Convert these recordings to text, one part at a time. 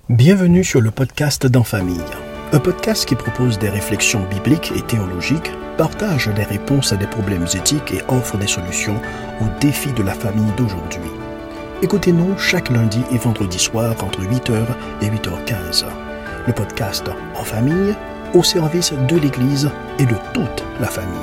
Bienvenue sur le podcast d'En Famille, un podcast qui propose des réflexions bibliques et théologiques, partage des réponses à des problèmes éthiques et offre des solutions aux défis de la famille d'aujourd'hui. Écoutez-nous chaque lundi et vendredi soir entre 8h et 8h15. Le podcast En Famille, au service de l'Église et de toute la famille.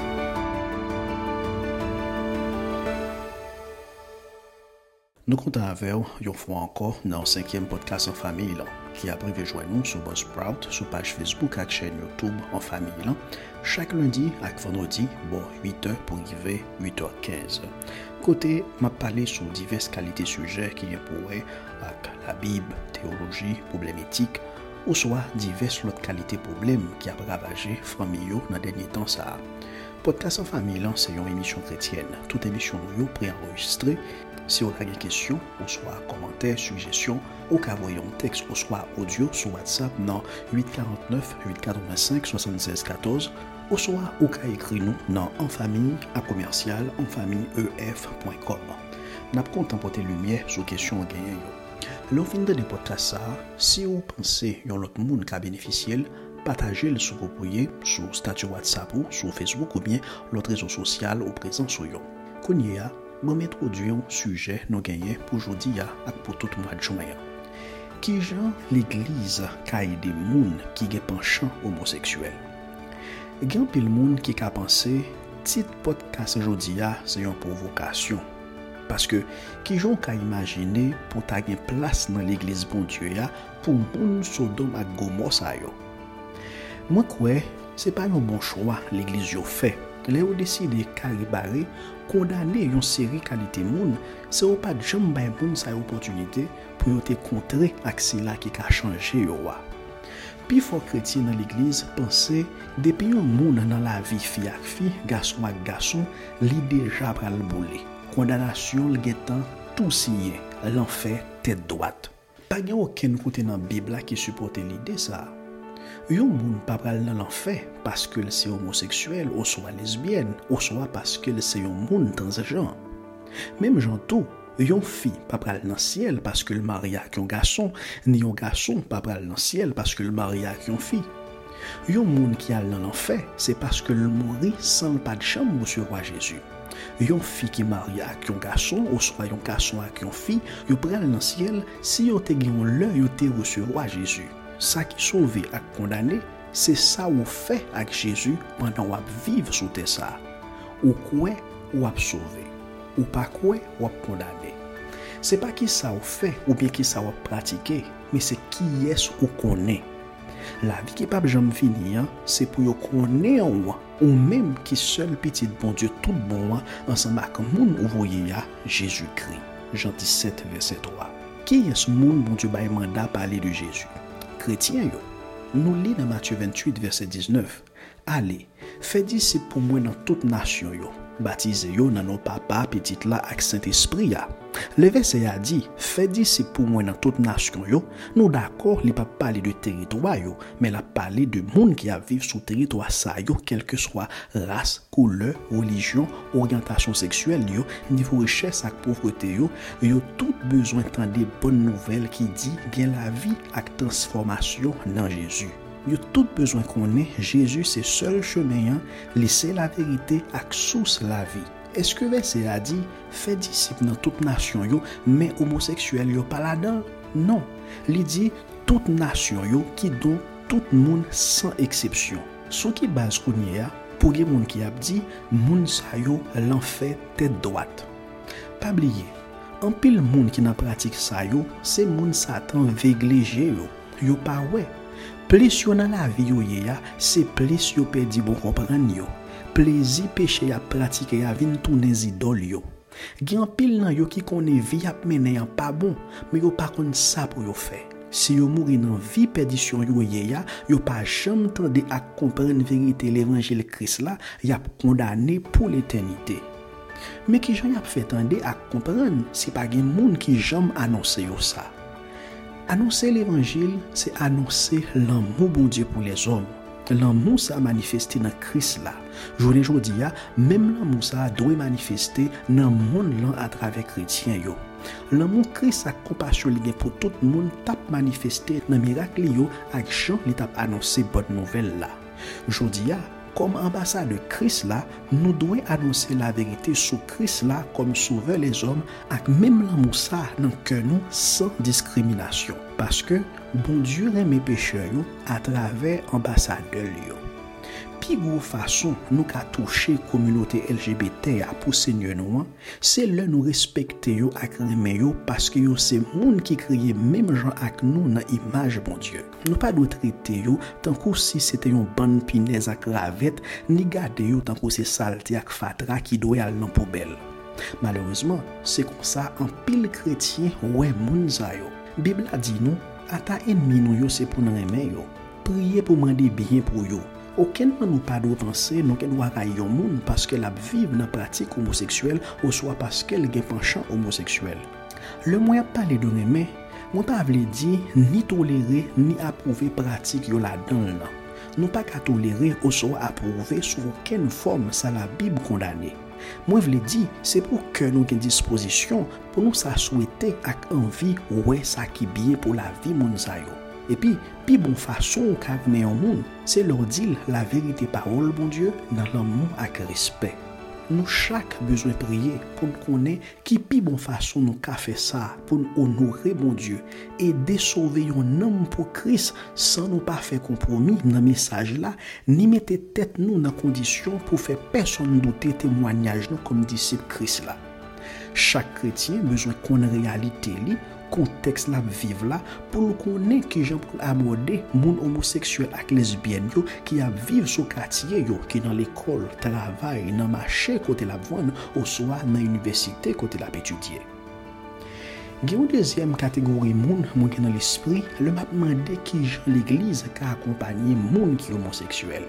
Nous comptons avec vous une fois encore dans le 5e podcast En Famille qui a privé joindre nous sur Buzzsprout, sur page Facebook et chaîne YouTube En Famille chaque lundi et vendredi, 8h pour arriver 8h15. Côté, m'a parlé sur diverses qualités sujets qui ont pour avec la Bible, théologie, problèmes éthiques, ou soit diverses autres qualités problèmes qui a ravagé famille dans les derniers temps ça. Podcast En Famille, c'est une émission chrétienne. Toute émission nous préenregistrée. Si vous avez des questions, ou soit commentaires, suggestions, ou qu'à envoyer un texte, ou soit audio sur WhatsApp dans 849 885 76 14, ou soit ou qu'à écrire nous dans enfamille@enfamilleef.com. Nous avons contemplé lumière sur question gagnée. Le fin de podcast, si vous pensez que l'autre monde qui a bénéficié, partagez-le sur vos prières, sur statut WhatsApp ou sur Facebook ou bien l'autre réseau social au présent sur vous. Kounia, je vais introduire un sujet nous gagné pour aujourd'hui et pour tout le mois de juin. Qui genre l'église a des gens qui ont penchant homosexuel? Il y a un monde qui a pensé titre podcast aujourd'hui c'est une provocation. Parce que qui genre a imaginé pour ta une place dans l'église bon Dieu pour moun Sodome et Gomorrhe ça yo. Moi crois c'est pas un bon choix l'église yo fait. Les ont décidé caribare condamner une série qualité moun, c'est ou pas jamais bay moun sa opportunité pour te contrer accès là qui a changé yo wa. Puis faut chrétien dans l'église penser depuis un moun dans la vie fille ak fille, garçon ak garçon, li déjà pral boule. Condamnation le getan tout signé, l'enfer tête droite. Pas gen aucun côté dans Bible qui supporte l'idée ça. Yon moun pa pral dans l'enfer parce que c'est homosexuel ou soit lesbienne ou soit parce que c'est yon moun transgenre. Même gens tout, yon fille pa pral dans ciel parce que le mari avec yon garçon, ni yon garçon pa pral dans ciel parce que le mari avec yon fille. Yon moun qui a dans l'enfer, c'est parce que le mori sans pas de chambre recevoir Jésus. Yon fille qui marie avec yon garçon ou soit yon garçon avec yon fille, yon pral dans ciel si yon te gen l'heure yon te recevoir Jésus. Ça qui sauvé et condamné, c'est ça ou fait avec Jésus pendant ou vivre sous terre ça. Ou quoi ou sauvé, ou pas quoi ou condamné. C'est pas qui ça ou fait ou bien qui ça ou pratiqué, mais c'est qui est ou connaît. La vie qui pas jamais finir, c'est pour yo connaître ou même qui seul petit bon Dieu tout bon ensemble avec moun ou voyez Jésus-Christ. Jean 17 verset 3. Qui est ce moun bon Dieu bail mandat parler de Jésus? Chrétiens yo. Nous lit dans Matthieu 28 verset 19. Allez, faites disciples pour moi dans toute nation yo. Baptisez yo dans nos papa petit là avec Saint-Esprit ya. Le verset a dit, faites disciples pour moi dans toute nation yo. Nous d'accord, il pas parler de territoire yo, mais la parler de monde qui a vivre sous territoire ça yo, quelle que soit race, couleur, religion, orientation sexuelle yo, niveau richesse et pauvreté yo tout besoin d'entendre des bonnes nouvelles qui dit bien la vie avec transformation dans Jésus. Yo tout besoin qu'on ait Jésus c'est seul chemin, laisser la vérité et source la vie. Est-ce que verset a dit fait disciples dans toute nation yo mais homosexuel yo pas là-dedans? Non, il dit toute nation yo qui donc tout monde sans exception. Ce qui base kounya pour les monde qui a dit moun sa yo l'enfer tête droite. Pas oublier, en pile monde qui n'a pratique ça yo, c'est moun Satan végléger yo pas ouais. Plus yo dans la vie yo c'est plus yo perdi bon comprendre yo. Plaisir péché à pratiquer à vinn tourner idole yo. Gen pile nan yo qui connaît vie a mener en pas bon, mais yo pas connait ça pour yo faire. Si yo mouri dans vie perdition yo pas jamais tande à comprendre vérité l'évangile Christ là, y a condamné pour l'éternité. Mais qui j'en y a fait tande à comprendre si pas gen monde qui jamais annoncer yo ça. Annoncer l'évangile, c'est annoncer l'amour bon Dieu pour les hommes. L'amour ça manifesté dans Christ là. Journée même l'amour ça doit manifester dans monde là à travers chrétien yo. L'amour Christ ak compassion li gen pour tout le monde tap manifesté dans miracle yo ak Jean li tap annoncé bonne nouvelle là. Jodi a comme ambassadeur Christ là, nous devons annoncer la vérité sur Christ là comme sauveur les hommes avec même l'amour ça dans cœur nous sans discrimination parce que bon Dieu aime mes pécheurs à travers ambassadeur yo. Pi gros façon nous ka toucher communauté LGBT pour Seigneur nous, c'est là nous respecter yo ak remer yo parce que yo c'est monde qui créé même gens ak nous dans image bon Dieu. Nous pas doit traiter yo tant que si c'était une bonne pinaise ak ravette, ni garder yo tant que c'est saleté ak fatra qui doit aller dans poubelle. Malheureusement, c'est comme ça en pile chrétien ouais moun sa yo. Bible a dit nous, ata ennemi nous yo c'est pour nous remer yo. Priez pour demander bien pour yo. Aucun nous pas doit penser nous qu'elle doit railler un monde parce qu'elle a vivre dans pratique homosexuelle ou soit parce qu'elle a un penchant homosexuel. Le moyen parler de remer, on pas veut dire ni tolérer ni approuver pratique yo là-dedans. Nous pas qu'à tolérer ou soit approuver sous aucune forme ça la Bible condamné. Moi veut dire c'est pour que nous gain disposition pour nous ça souhaiter avec envie ouais ça qui bien pour la vie moun sa yo. Et puis bon façon qu'a remet au monde, c'est leur dire la vérité parole bon Dieu dans l'amour avec respect. Nous chaque besoin prier pour nous connaître qui pi bon façon nous qu'a fait ça pour nous honorer bon Dieu et de sauver un homme pour Christ sans nous pas faire compromis dans message là ni mettre tête nous dans condition pour faire personne douter témoignage nous comme disciple Christ là. Chaque chrétien besoin qu'on réalité li contexte la vivre là pour nous connaître qui gens pour aborder monde homosexuel avec lesbienne yo qui a vivre sur quartier yo qui dans l'école travail dans marché côté la vendre ou soit dans université côté la étudier. Une deuxième catégorie monde qui dans l'esprit le m'a demandé qui gens l'église qu'a accompagner monde qui homosexuel.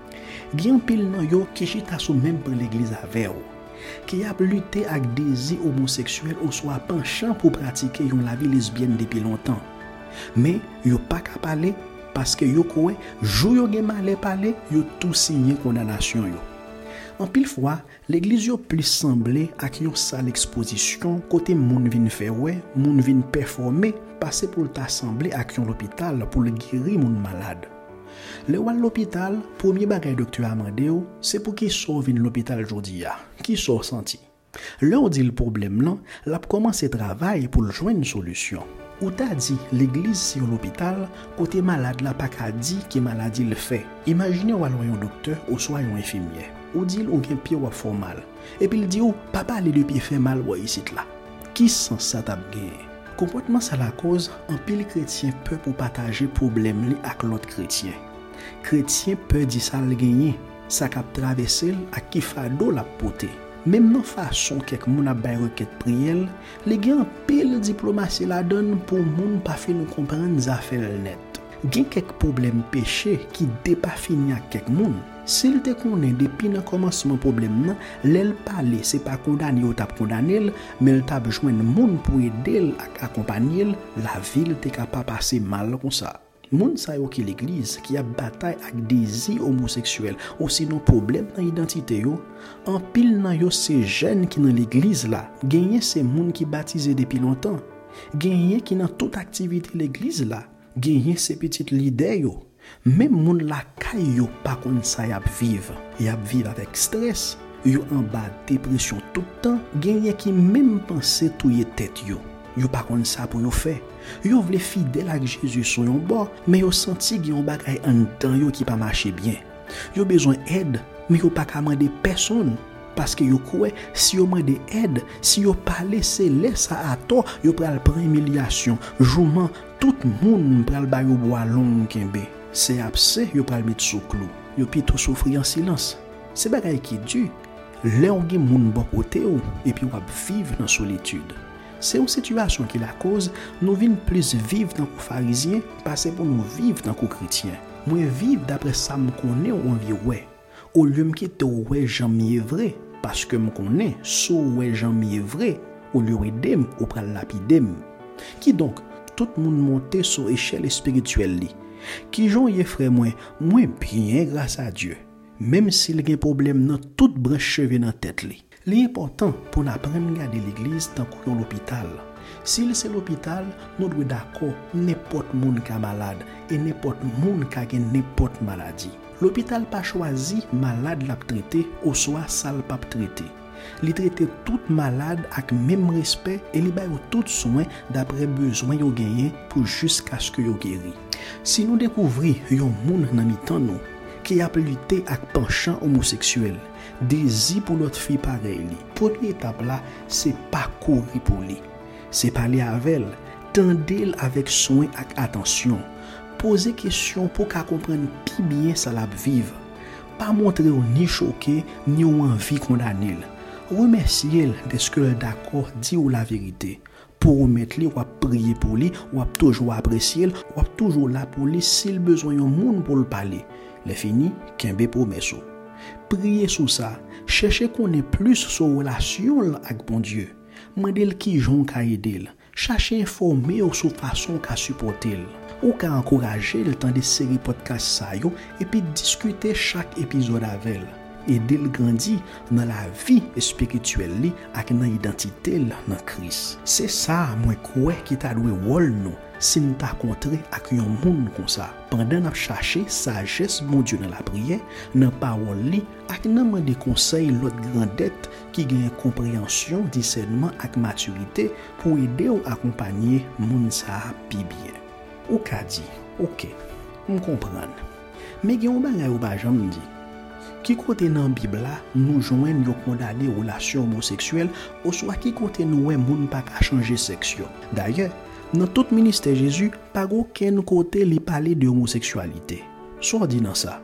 Gen pile nan yo qui chita sou même pour l'église avec qui a lutté avec désir homosexuel ou soit penchant pour pratiquer la vie lesbienne depuis longtemps. Mais yo pas qu'à parler parce que yo croit jou yo gen malé parler, yo tout signé condamnation yo. En pile fois, l'église yo plus semblé ak yon sale exposition côté moun vinn faire ouais, moun vinn performer, passer pour t'assembler ak yon l'hôpital pour le guérir moun malade. Le ou à l'hôpital, premier bagay docteur amandé c'est pour qu'il sauve l'hôpital jodi a, qui sort senti. Là on dit le problème là, l'a commencé travail pour joindre une solution. Ou t'a dit l'église sur l'hôpital, côté malade la pas ka dit qui maladie le fait. Imaginez ou alors un docteur ou soit un infirmier. Ou dit ou gen pied ou fort mal. Et puis il dit ou papa les deux pieds fait mal ou ici là. Qui sens ça t'a gagné? Comportement ça la cause en pile chrétien peut pour partager problème li avec l'autre chrétien. Chrétien peut dire ça le gagner, ça cap traverser à qui fado la porter. Même dans façon quelques moun a bay requête prière, les gens pile diplomatie la donne pour moun pas fait nous comprendre les affaires net. Gen quelques problèmes péché qui dépa fini à quelques moun. S'il te connaît depuis le commencement problème, l'elle parler c'est pas condamner ou t'a condamner, mais elle t'a joindre moun pour aider accompagner la ville t'es capable passer mal comme ça. Moun sa yo ki l'église qui a bataille avec désir homosexuel ou sinon problème dans identité yo, en pile nan yo ces jeunes qui dans l'église là, gagné ces moun qui baptisé depuis longtemps, gagné qui dans toute activité l'église là, gagné ces petites leaders yo. Même moun la kay yo pas kon sa y a vivre avec stress, yo en bas dépression tout le temps, gagné qui même penser touyer tête yo. Yo pas kon ça pour yo faire. Yo vle fidèle avec Jésus sur yon bord, mais yo senti gen yon bagay en temps yo qui pas marcher bien. Yo besoin aide, mais yo pas ka mande personne parce que yo croit si yo mande aide, si yo pas laisser ça à toi, yo pral prendre humiliation. Jouman tout moun pral ba yo bois long kembe. C'est absé yo pral mettre sous clou. Yo plutôt souffrir en silence. C'est bagay qui dur. Là on gen moun bon côté ou et puis on va vivre dans solitude. C'est une situation qui la cause, nous vînes plus vivre dans les pharisiens, parce pour nous vivre dans les chrétiens. Moi vivre d'après ça me connaît ou envie ouais. Au lieu me quitter ouais j'en mi vrai, parce que me connaît, so ouais j'en mi vrai, au lieu d'aider ou pral lapidem. Qui donc tout le monde monter sur échelle spirituelle li. Qui j'en y frère moi bien grâce à Dieu. Même s'il y a un problème dans toute branche cheveux dans tête li. L'important pour nous apprendre à regarder l'église tant que l'hôpital. Si c'est l'hôpital, nous devons d'accord n'importe monde qui est malade et n'importe monde qui a n'importe maladie. L'hôpital pas choisi malade l'a traité ou soit sale pas traité. Il traite tout malade avec même respect et il baille tout soin d'après besoin yo gagné pour jusqu'à ce que yo guéri. Si nous découvrons yon monde dans mi-temps nous qui a lutté avec penchant homosexuel, désir pour l'autre fille pareil li. Première étape là, c'est pas courir pour lui. C'est parler avec elle, tendez avec soin et attention. Poser question pour qu'elle comprenne plus bien ça la vivre. Pas montrer ni choqué ni envie condamner. Remercier de ce que le d'accord dit ou la vérité. Pour remettre lui ou prier pour lui ou toujours apprécier ou toujours là pour lui s'il besoin un monde pour le parler. Le fini qu'un promesse. Priez sur ça, cherchez qu'on ait plus sur relation avec bon Dieu. Mandel qui jon ka aider, cherchez informer sur façon qu'a supporter ou qu'a encourager le temps de série podcast ça yo et puis discuter chaque épisode avec elle. Aider le grandir dans la vie spirituelle li ak dans identité dans Christ. C'est ça moi crois qui t'a doué rôle nous si nous t'a rencontré avec un monde comme ça. Pendant n'a chercher sagesse bon Dieu dans la prière, dans parole li ak nan demander conseil l'autre grandette qui gagne compréhension, discernement ak maturité pour aider ou accompagner moun ça pi bien. Ou ka di, OK, on comprend. Mais gen bagay ou ba jam di. Qui côté dans Bible là nous joignent yo condamné relation homosexuelle ou soit qui côté nous moun pas ka changer sexe. D'ailleurs, dans tout ministère Jésus, pas aucun côté li parler de homosexualité. Soit dit dans ça.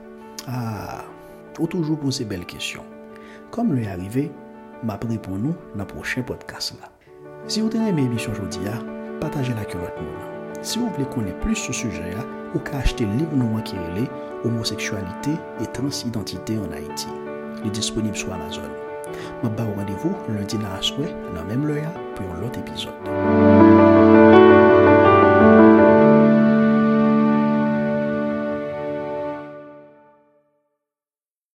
Ou toujours poser belle question. Comme le arrivé, m'a répondre nous dans prochain podcast là. Si vous avez aimé l'émission aujourd'hui, partagez-la avec l'autre monde. Si vous voulez connaître plus sur ce sujet, ou qu'à acheter le livre nous qui est Homosexualité et transidentité en Haïti. Il est disponible sur Amazon. Je vous rendez-vous lundi dans la soirée, dans le même lieu, pour un autre épisode.